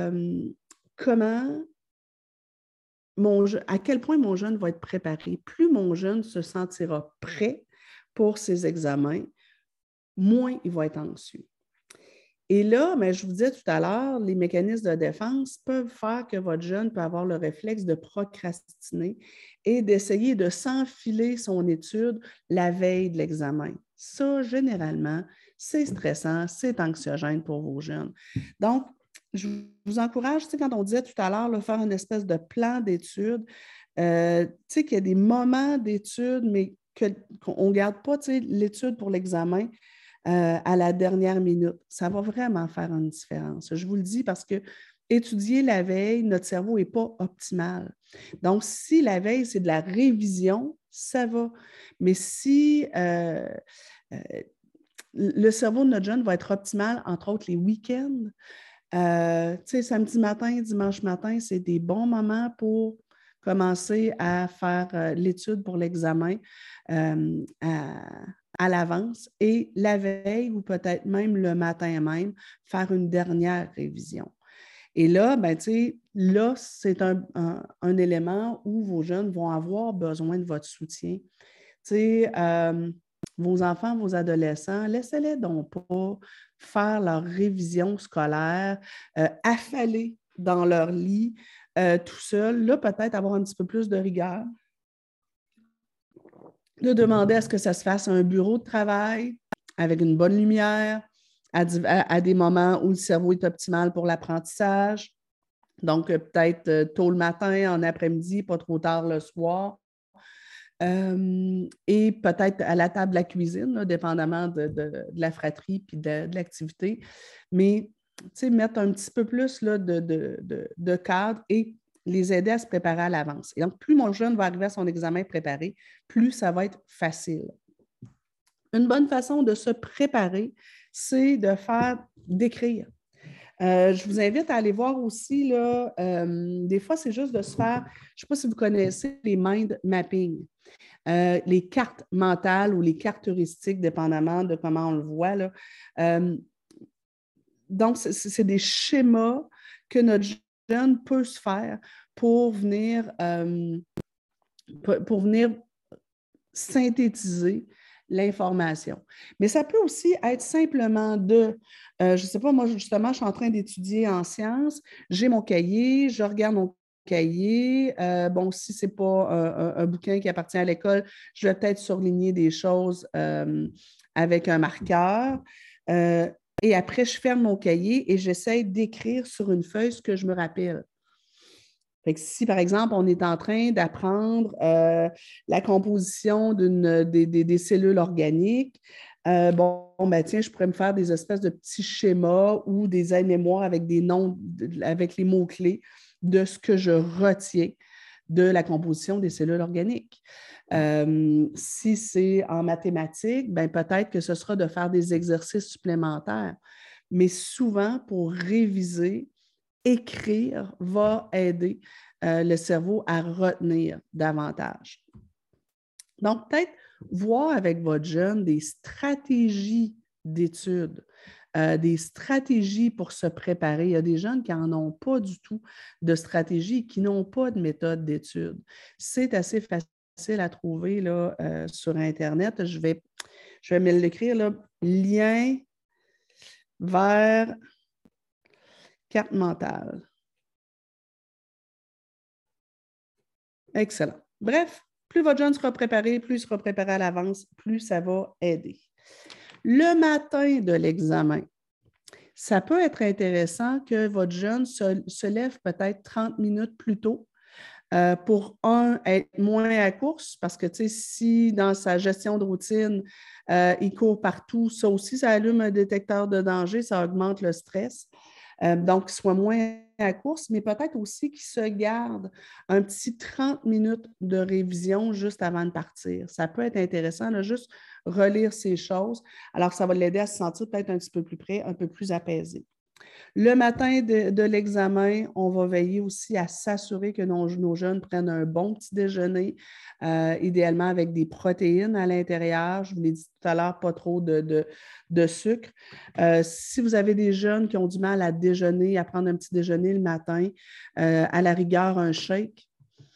à quel point mon jeune va être préparé. Plus mon jeune se sentira prêt pour ses examens, moins il va être anxieux. Et là, mais je vous disais tout à l'heure, les mécanismes de défense peuvent faire que votre jeune peut avoir le réflexe de procrastiner et d'essayer de s'enfiler son étude la veille de l'examen. Ça, généralement, c'est stressant, c'est anxiogène pour vos jeunes. Donc, je vous encourage, quand on disait tout à l'heure, là, faire une espèce de plan d'études, qu'il y a des moments d'études, mais qu'on ne garde pas l'étude pour l'examen à la dernière minute. Ça va vraiment faire une différence. Je vous le dis parce que étudier la veille, notre cerveau n'est pas optimal. Donc, si la veille, c'est de la révision, ça va. Mais si le cerveau de notre jeune va être optimal, entre autres les week-ends, samedi matin, dimanche matin, c'est des bons moments pour commencer à faire l'étude pour l'examen à l'avance et la veille ou peut-être même le matin même, faire une dernière révision. Et là, là, c'est un élément où vos jeunes vont avoir besoin de votre soutien. Vos enfants, vos adolescents, laissez-les donc pas faire leur révision scolaire, affalés dans leur lit, tout seul. Là, peut-être avoir un petit peu plus de rigueur, de demander à ce que ça se fasse à un bureau de travail avec une bonne lumière, à des moments où le cerveau est optimal pour l'apprentissage. Donc, peut-être tôt le matin, en après-midi, pas trop tard le soir. Et peut-être à la table de la cuisine, là, dépendamment de la fratrie et de l'activité. Mais, mettre un petit peu plus là, de cadre et les aider à se préparer à l'avance. Et donc, plus mon jeune va arriver à son examen préparé, plus ça va être facile. Une bonne façon de se préparer, c'est d'écrire. Je vous invite à aller voir aussi, là, des fois, c'est juste de se faire, je ne sais pas si vous connaissez les mind mapping, les cartes mentales ou les cartes heuristiques, dépendamment de comment on le voit, là. Donc, c'est des schémas que notre jeune peut se faire pour venir synthétiser l'information. Mais ça peut aussi être simplement je ne sais pas, moi, justement, je suis en train d'étudier en sciences, j'ai mon cahier, je regarde mon cahier. Bon, si ce n'est pas un bouquin qui appartient à l'école, je vais peut-être surligner des choses avec un marqueur. Et après, je ferme mon cahier et j'essaie d'écrire sur une feuille ce que je me rappelle. Fait que si, par exemple, on est en train d'apprendre la composition des cellules organiques, tiens, je pourrais me faire des espèces de petits schémas ou des aides-mémoires avec des noms, avec les mots-clés de ce que je retiens de la composition des cellules organiques. Si c'est en mathématiques, peut-être que ce sera de faire des exercices supplémentaires. Mais souvent, pour réviser, écrire va aider le cerveau à retenir davantage. Donc, peut-être voir avec votre jeune des stratégies d'études, des stratégies pour se préparer. Il y a des jeunes qui n'en ont pas du tout de stratégie, qui n'ont pas de méthode d'étude. C'est assez facile à trouver là, sur Internet. Je vais me l'écrire, là, lien vers carte mentale. Excellent. Bref, Plus votre jeune sera préparé, plus il sera préparé à l'avance, plus ça va aider. Le matin de l'examen, ça peut être intéressant que votre jeune se lève peut-être 30 minutes plus tôt pour, être moins à course, parce que, tu sais, si dans sa gestion de routine, il court partout, ça aussi, ça allume un détecteur de danger, ça augmente le stress. Donc, qu'il soit moins à course, mais peut-être aussi qu'il se garde un petit 30 minutes de révision juste avant de partir. Ça peut être intéressant de juste relire ces choses. Alors, ça va l'aider à se sentir peut-être un petit peu plus près, un peu plus apaisé. Le matin de l'examen, on va veiller aussi à s'assurer que nos jeunes prennent un bon petit déjeuner, idéalement avec des protéines à l'intérieur. Je vous l'ai dit tout à l'heure, pas trop de sucre. Si vous avez des jeunes qui ont du mal à déjeuner, à prendre un petit déjeuner le matin, à la rigueur, un shake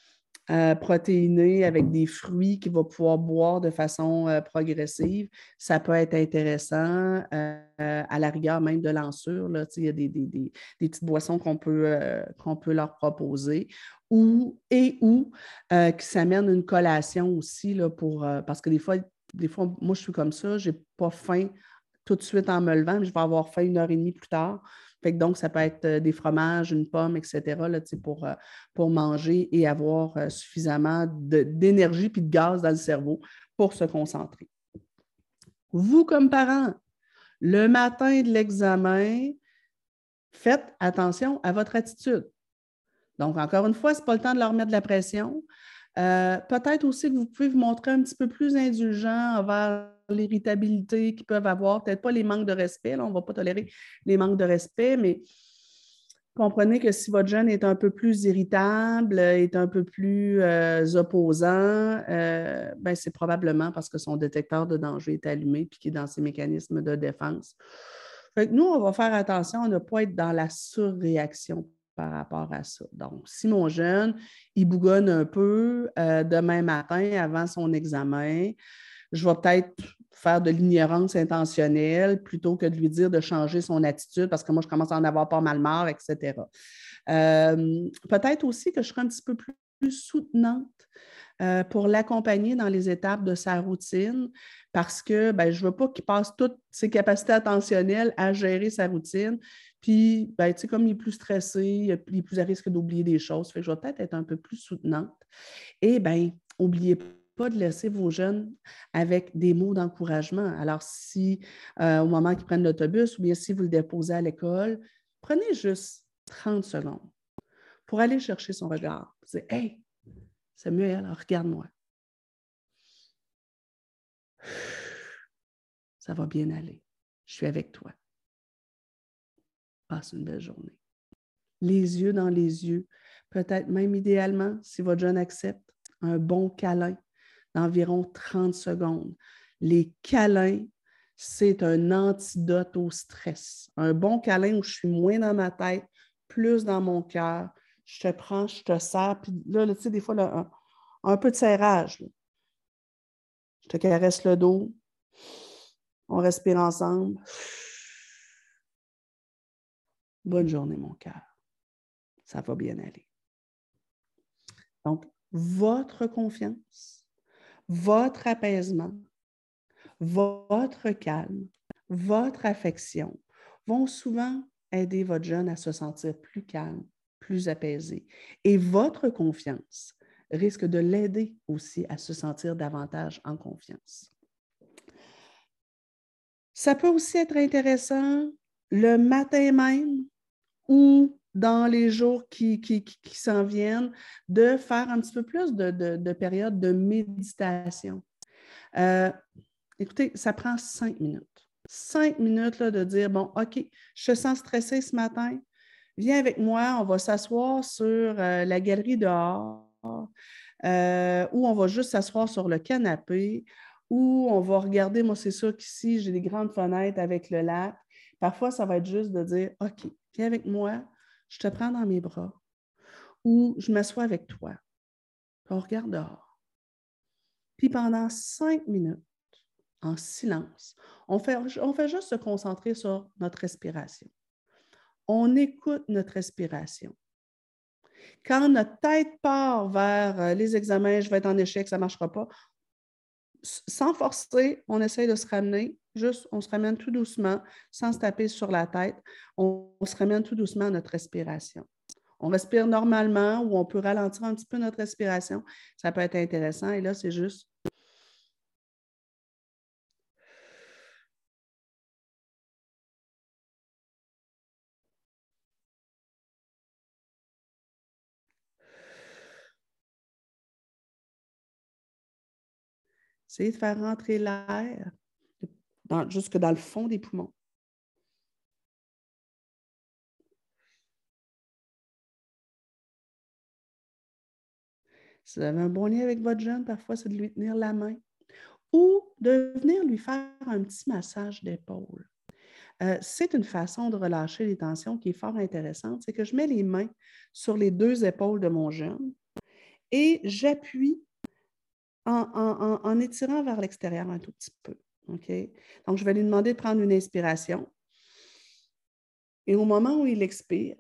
protéiné avec des fruits qu'il va pouvoir boire de façon progressive. Ça peut être intéressant, à la rigueur même de l'ensure. Là, il y a des petites boissons qu'on peut leur proposer. Ou qui s'amène une collation aussi, là, parce que des fois, moi, je suis comme ça, je n'ai pas faim tout de suite en me levant, mais je vais avoir faim 1 heure et demie plus tard. Fait que donc, ça peut être des fromages, une pomme, etc., là, pour manger et avoir suffisamment d'énergie et de gaz dans le cerveau pour se concentrer. Vous, comme parents, le matin de l'examen, faites attention à votre attitude. Donc, encore une fois, ce n'est pas le temps de leur mettre de la pression. Peut-être aussi que vous pouvez vous montrer un petit peu plus indulgent envers l'irritabilité qu'ils peuvent avoir, peut-être pas les manques de respect, là, on ne va pas tolérer les manques de respect, mais comprenez que si votre jeune est un peu plus irritable, est un peu plus opposant, ben c'est probablement parce que son détecteur de danger est allumé et qu'il est dans ses mécanismes de défense. Fait que nous, on va faire attention à ne pas être dans la surréaction par rapport à ça. Donc, si mon jeune, il bougonne un peu demain matin avant son examen, je vais peut-être faire de l'ignorance intentionnelle plutôt que de lui dire de changer son attitude parce que moi, je commence à en avoir pas mal marre, etc. Peut-être aussi que je serai un petit peu plus soutenante pour l'accompagner dans les étapes de sa routine parce que ben, je ne veux pas qu'il passe toutes ses capacités attentionnelles à gérer sa routine. Puis, ben, comme il est plus stressé, il est plus à risque d'oublier des choses. Fait que je vais peut-être être un peu plus soutenante. Et bien, n'oubliez pas de laisser vos jeunes avec des mots d'encouragement. Alors, si au moment qu'ils prennent l'autobus ou bien si vous le déposez à l'école, prenez juste 30 secondes pour aller chercher son regard. Vous dites, « Hey, Samuel, regarde-moi. Ça va bien aller. Je suis avec toi. Passe une belle journée. » Les yeux dans les yeux, peut-être même idéalement, si votre jeune accepte, un bon câlin d'environ 30 secondes. Les câlins, c'est un antidote au stress. Un bon câlin où je suis moins dans ma tête, plus dans mon cœur. Je te prends, je te serre. Puis là tu sais, des fois, là, un peu de serrage. Là. Je te caresse le dos. On respire ensemble. Bonne journée, mon cœur. Ça va bien aller. Donc, votre confiance, votre apaisement, votre calme, votre affection vont souvent aider votre jeune à se sentir plus calme, plus apaisé. Et votre confiance risque de l'aider aussi à se sentir davantage en confiance. Ça peut aussi être intéressant le matin même ou dans les jours qui s'en viennent, de faire un petit peu plus de périodes de méditation. Écoutez, ça prend 5 minutes. 5 minutes là, de dire, bon, OK, je te sens stressé ce matin, viens avec moi, on va s'asseoir sur la galerie dehors, ou on va juste s'asseoir sur le canapé, ou on va regarder, moi c'est sûr qu'ici, j'ai des grandes fenêtres avec le lac. Parfois, ça va être juste de dire, OK, viens avec moi, je te prends dans mes bras, ou je m'assois avec toi, puis on regarde dehors. Puis pendant 5 minutes, en silence, on fait juste se concentrer sur notre respiration. On écoute notre respiration. Quand notre tête part vers les examens, je vais être en échec, ça ne marchera pas, sans forcer, on essaye de se ramener, juste on se ramène tout doucement, sans se taper sur la tête, on se ramène tout doucement à notre respiration. On respire normalement ou on peut ralentir un petit peu notre respiration. Ça peut être intéressant. Et là, c'est juste. Essayez de faire rentrer l'air jusque dans le fond des poumons. Si vous avez un bon lien avec votre jeune, parfois, c'est de lui tenir la main ou de venir lui faire un petit massage d'épaule. C'est une façon de relâcher les tensions qui est fort intéressante. C'est que je mets les mains sur les deux épaules de mon jeune et j'appuie en étirant vers l'extérieur un tout petit peu. Okay? Donc, je vais lui demander de prendre une inspiration. Et au moment où il expire,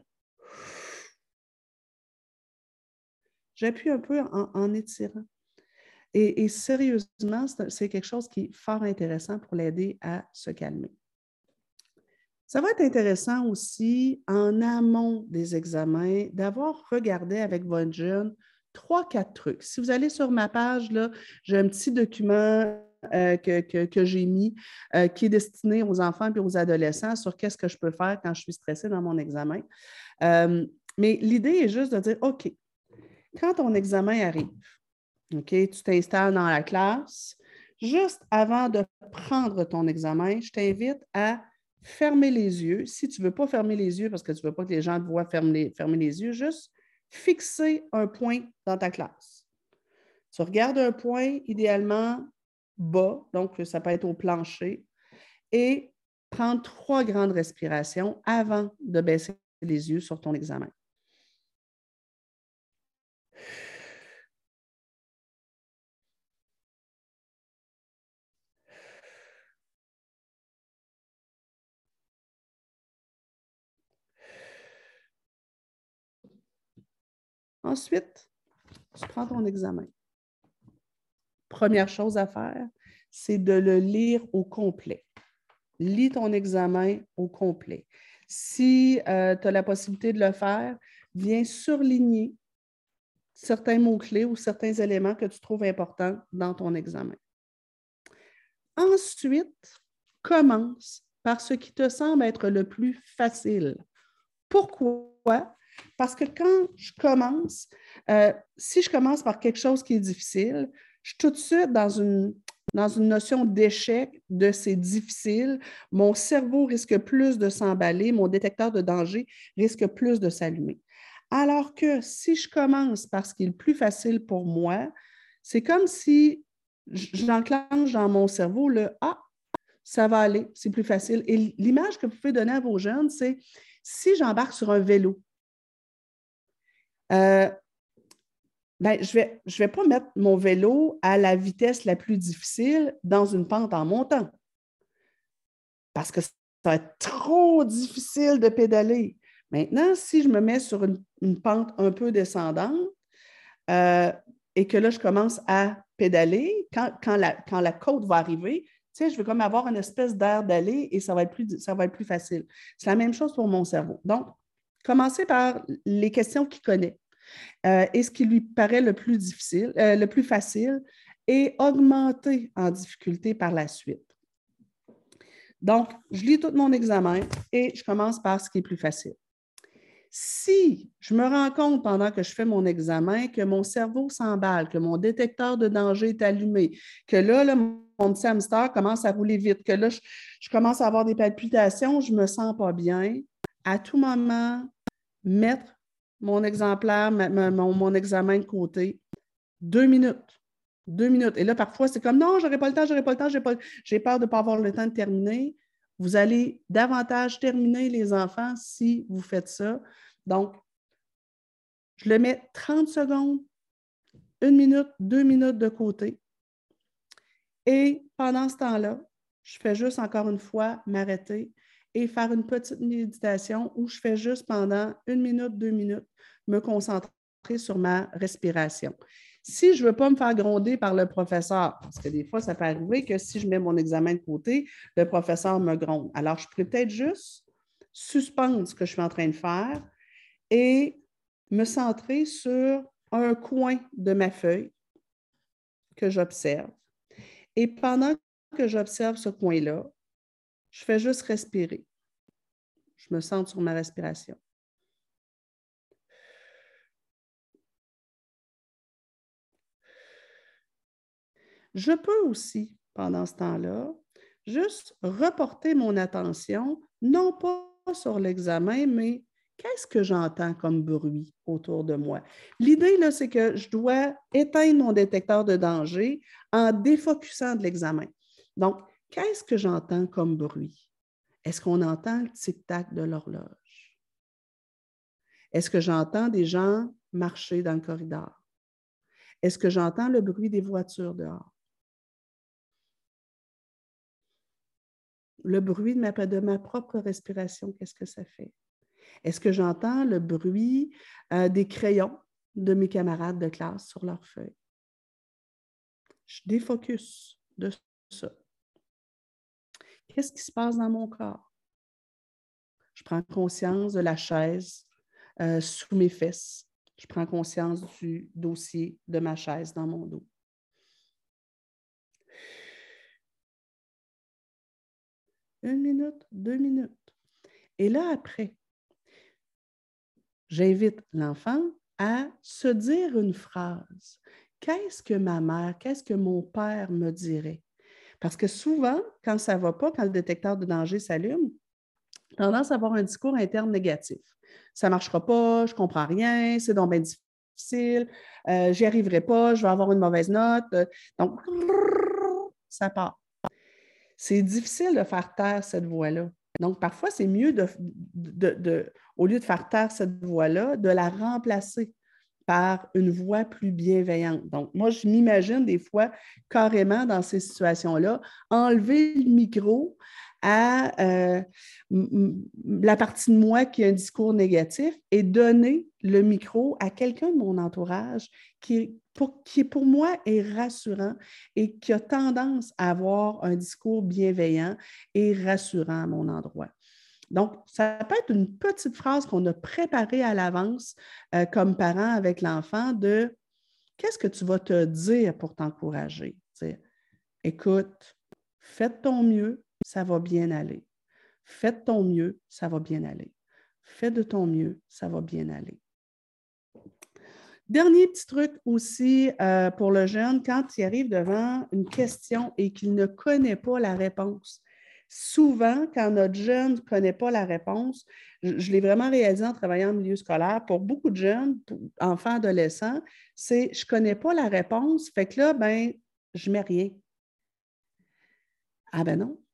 j'appuie un peu en étirant. Et sérieusement, c'est quelque chose qui est fort intéressant pour l'aider à se calmer. Ça va être intéressant aussi, en amont des examens, d'avoir regardé avec votre jeune 3-4 trucs. Si vous allez sur ma page, là, j'ai un petit document que j'ai mis qui est destiné aux enfants et aux adolescents sur qu'est-ce que je peux faire quand je suis stressée dans mon examen. Mais l'idée est juste de dire, OK, quand ton examen arrive, OK, tu t'installes dans la classe, juste avant de prendre ton examen, je t'invite à fermer les yeux. Si tu ne veux pas fermer les yeux parce que tu ne veux pas que les gens te voient fermer les yeux, juste fixer un point dans ta classe. Tu regardes un point idéalement bas, donc ça peut être au plancher, et prendre 3 grandes respirations avant de baisser les yeux sur ton examen. Ensuite, tu prends ton examen. Première chose à faire, c'est de le lire au complet. Lis ton examen au complet. Si tu as la possibilité de le faire, viens surligner certains mots-clés ou certains éléments que tu trouves importants dans ton examen. Ensuite, commence par ce qui te semble être le plus facile. Pourquoi? Parce que quand je commence, si je commence par quelque chose qui est difficile, je suis tout de suite dans une notion d'échec, de c'est difficile. Mon cerveau risque plus de s'emballer, mon détecteur de danger risque plus de s'allumer. Alors que si je commence par ce qui est le plus facile pour moi, c'est comme si j'enclenche dans mon cerveau le « Ah, ça va aller, c'est plus facile ». Et l'image que vous pouvez donner à vos jeunes, c'est si j'embarque sur un vélo, ben, je vais pas mettre mon vélo à la vitesse la plus difficile dans une pente en montant parce que ça va être trop difficile de pédaler. Maintenant, si je me mets sur une pente un peu descendante et que là, je commence à pédaler, quand la côte va arriver, tu sais, je vais comme avoir une espèce d'air d'aller et ça va être plus facile. C'est la même chose pour mon cerveau. Donc, commencez par les questions qu'il connaît et ce qui lui paraît le plus difficile, le plus facile, et augmenter en difficulté par la suite. Donc, je lis tout mon examen et je commence par ce qui est plus facile. Si je me rends compte pendant que je fais mon examen que mon cerveau s'emballe, que mon détecteur de danger est allumé, que là mon petit hamster commence à rouler vite, que là, je commence à avoir des palpitations, je ne me sens pas bien, à tout moment, mettre mon exemplaire, mon examen de côté, 2 minutes. 2 minutes. Et là, parfois, c'est comme non, j'aurais pas le temps, j'ai peur de ne pas avoir le temps de terminer. Vous allez davantage terminer les enfants si vous faites ça. Donc, je le mets 30 secondes, 1 minute, 2 minutes de côté. Et pendant ce temps-là, je fais juste encore une fois m'arrêter et faire une petite méditation où je fais juste pendant 1 minute, 2 minutes, me concentrer sur ma respiration. Si je ne veux pas me faire gronder par le professeur, parce que des fois, ça peut arriver que si je mets mon examen de côté, le professeur me gronde. Alors, je pourrais peut-être juste suspendre ce que je suis en train de faire et me centrer sur un coin de ma feuille que j'observe. Et pendant que j'observe ce coin-là, je fais juste respirer. Je me centre sur ma respiration. Je peux aussi, pendant ce temps-là, juste reporter mon attention, non pas sur l'examen, mais qu'est-ce que j'entends comme bruit autour de moi? L'idée, là, c'est que je dois éteindre mon détecteur de danger en défocusant de l'examen. Donc, qu'est-ce que j'entends comme bruit? Est-ce qu'on entend le tic-tac de l'horloge? Est-ce que j'entends des gens marcher dans le corridor? Est-ce que j'entends le bruit des voitures dehors? Le bruit de ma propre respiration, qu'est-ce que ça fait? Est-ce que j'entends le bruit des crayons de mes camarades de classe sur leurs feuilles? Je défocus de ça. Qu'est-ce qui se passe dans mon corps? Je prends conscience de la chaise sous mes fesses. Je prends conscience du dossier de ma chaise dans mon dos. Une minute, 2 minutes. Et là, après, j'invite l'enfant à se dire une phrase. Qu'est-ce que ma mère, qu'est-ce que mon père me dirait? Parce que souvent, quand ça ne va pas, quand le détecteur de danger s'allume, tendance à avoir un discours interne négatif. Ça ne marchera pas, je ne comprends rien, c'est donc bien difficile, j'y arriverai pas, je vais avoir une mauvaise note. Donc, ça part. C'est difficile de faire taire cette voix-là. Donc, parfois, c'est mieux au lieu de faire taire cette voix-là, de la remplacer par une voix plus bienveillante. Donc, moi, je m'imagine des fois carrément dans ces situations-là, enlever le micro à la partie de moi qui a un discours négatif et donner le micro à quelqu'un de mon entourage qui pour moi est rassurant et qui a tendance à avoir un discours bienveillant et rassurant à mon endroit. Donc, ça peut être une petite phrase qu'on a préparée à l'avance comme parent avec l'enfant de qu'est-ce que tu vas te dire pour t'encourager? Écoute, fais de ton mieux, ça va bien aller. Fais de ton mieux, ça va bien aller. Fais de ton mieux, ça va bien aller. Dernier petit truc aussi pour le jeune, quand il arrive devant une question et qu'il ne connaît pas la réponse. Souvent, quand notre jeune ne connaît pas la réponse, je l'ai vraiment réalisé en travaillant en milieu scolaire, pour beaucoup de jeunes, enfants, adolescents, c'est je ne connais pas la réponse, fait que là, ben, je ne mets rien. Ah ben non.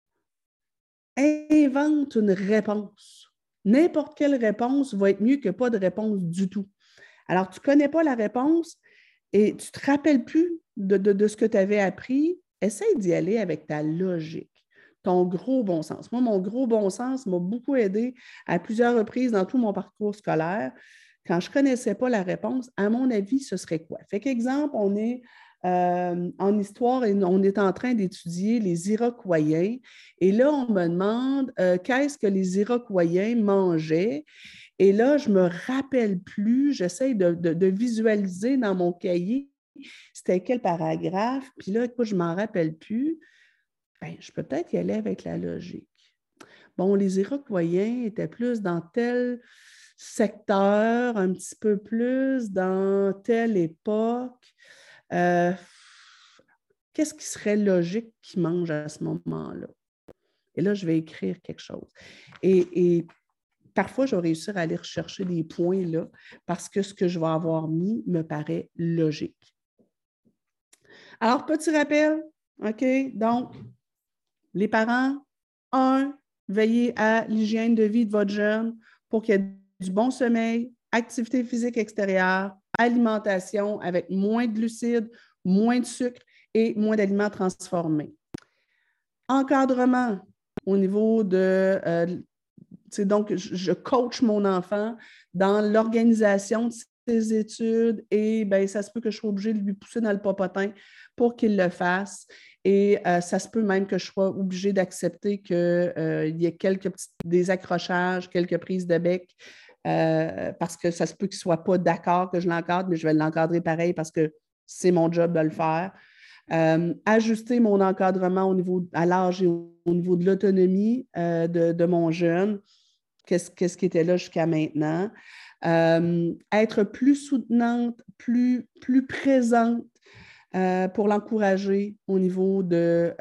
Invente une réponse. N'importe quelle réponse va être mieux que pas de réponse du tout. Alors, tu ne connais pas la réponse et tu ne te rappelles plus de ce que tu avais appris. Essaye d'y aller avec ta logique, ton gros bon sens. Moi, mon gros bon sens m'a beaucoup aidé à plusieurs reprises dans tout mon parcours scolaire. Quand je ne connaissais pas la réponse, à mon avis, ce serait quoi? Fait qu'exemple, on est en histoire et on est en train d'étudier les Iroquois. Et là, on me demande qu'est-ce que les Iroquois mangeaient. Et là, je ne me rappelle plus, j'essaie de visualiser dans mon cahier c'était quel paragraphe. Puis là, écoute, je ne m'en rappelle plus. Bien, je peux peut-être y aller avec la logique. Bon, les Iroquois étaient plus dans tel secteur, un petit peu plus dans telle époque. Qu'est-ce qui serait logique qu'ils mangent à ce moment-là? Et là, je vais écrire quelque chose. Et parfois, je vais réussir à aller rechercher des points là parce que ce que je vais avoir mis me paraît logique. Alors, petit rappel, OK? Donc, les parents, veillez à l'hygiène de vie de votre jeune pour qu'il y ait du bon sommeil, activité physique extérieure, alimentation avec moins de glucides, moins de sucre et moins d'aliments transformés. Encadrement au niveau de donc, je coach mon enfant dans l'organisation de ses études et bien, ça se peut que je sois obligée de lui pousser dans le popotin pour qu'il le fasse. Et ça se peut même que je sois obligée d'accepter qu'il y ait des accrochages, quelques prises de bec, parce que ça se peut qu'il ne soit pas d'accord que je l'encadre, mais je vais l'encadrer pareil parce que c'est mon job de le faire. Ajuster mon encadrement à l'âge et au niveau de l'autonomie de mon jeune. Qu'est-ce qui était là jusqu'à maintenant. Être plus soutenante, plus présente pour l'encourager au niveau de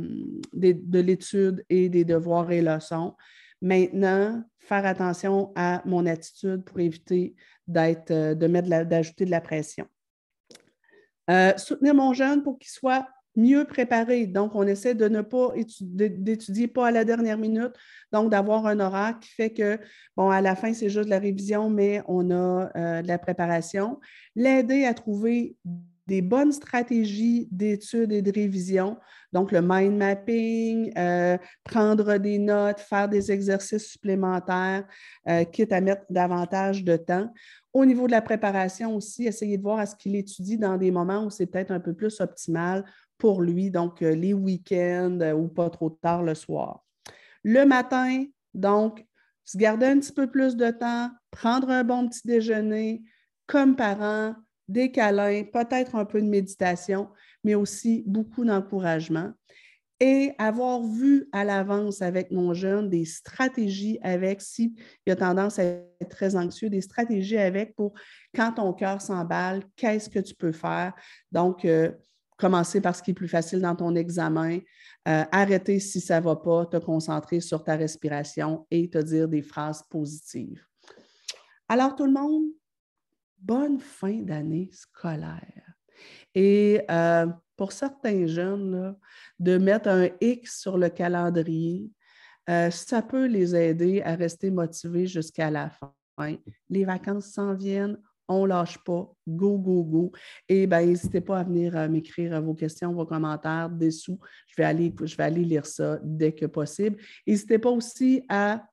l'étude et des devoirs et leçons. Maintenant, faire attention à mon attitude pour éviter d'ajouter de la pression. Soutenir mon jeune pour qu'il soit mieux préparé. Donc, on essaie de ne pas d'étudier pas à la dernière minute, donc d'avoir un horaire qui fait que, bon, à la fin, c'est juste de la révision, mais on a de la préparation. L'aider à trouver des bonnes stratégies d'études et de révision, donc le mind mapping, prendre des notes, faire des exercices supplémentaires, quitte à mettre davantage de temps. Au niveau de la préparation aussi, essayer de voir à ce qu'il étudie dans des moments où c'est peut-être un peu plus optimal pour lui, donc les week-ends ou pas trop tard le soir. Le matin, donc, se garder un petit peu plus de temps, prendre un bon petit déjeuner, comme parent, des câlins, peut-être un peu de méditation, mais aussi beaucoup d'encouragement. Et avoir vu à l'avance avec mon jeune des stratégies avec, s'il a tendance à être très anxieux, des stratégies avec pour quand ton cœur s'emballe, qu'est-ce que tu peux faire? Donc, commencer par ce qui est plus facile dans ton examen, arrêter si ça ne va pas, te concentrer sur ta respiration et te dire des phrases positives. Alors, tout le monde, bonne fin d'année scolaire. Et pour certains jeunes, là, de mettre un X sur le calendrier, ça peut les aider à rester motivés jusqu'à la fin. Les vacances s'en viennent, on ne lâche pas, go, go, go. Et bien, n'hésitez pas à venir m'écrire vos questions, vos commentaires dessous. Je vais aller lire ça dès que possible. N'hésitez pas aussi à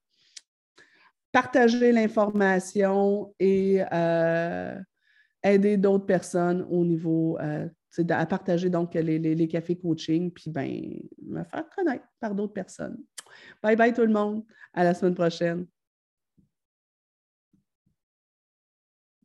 partager l'information et aider d'autres personnes au niveau, à partager donc les cafés coaching, puis ben, me faire connaître par d'autres personnes. Bye bye tout le monde. À la semaine prochaine.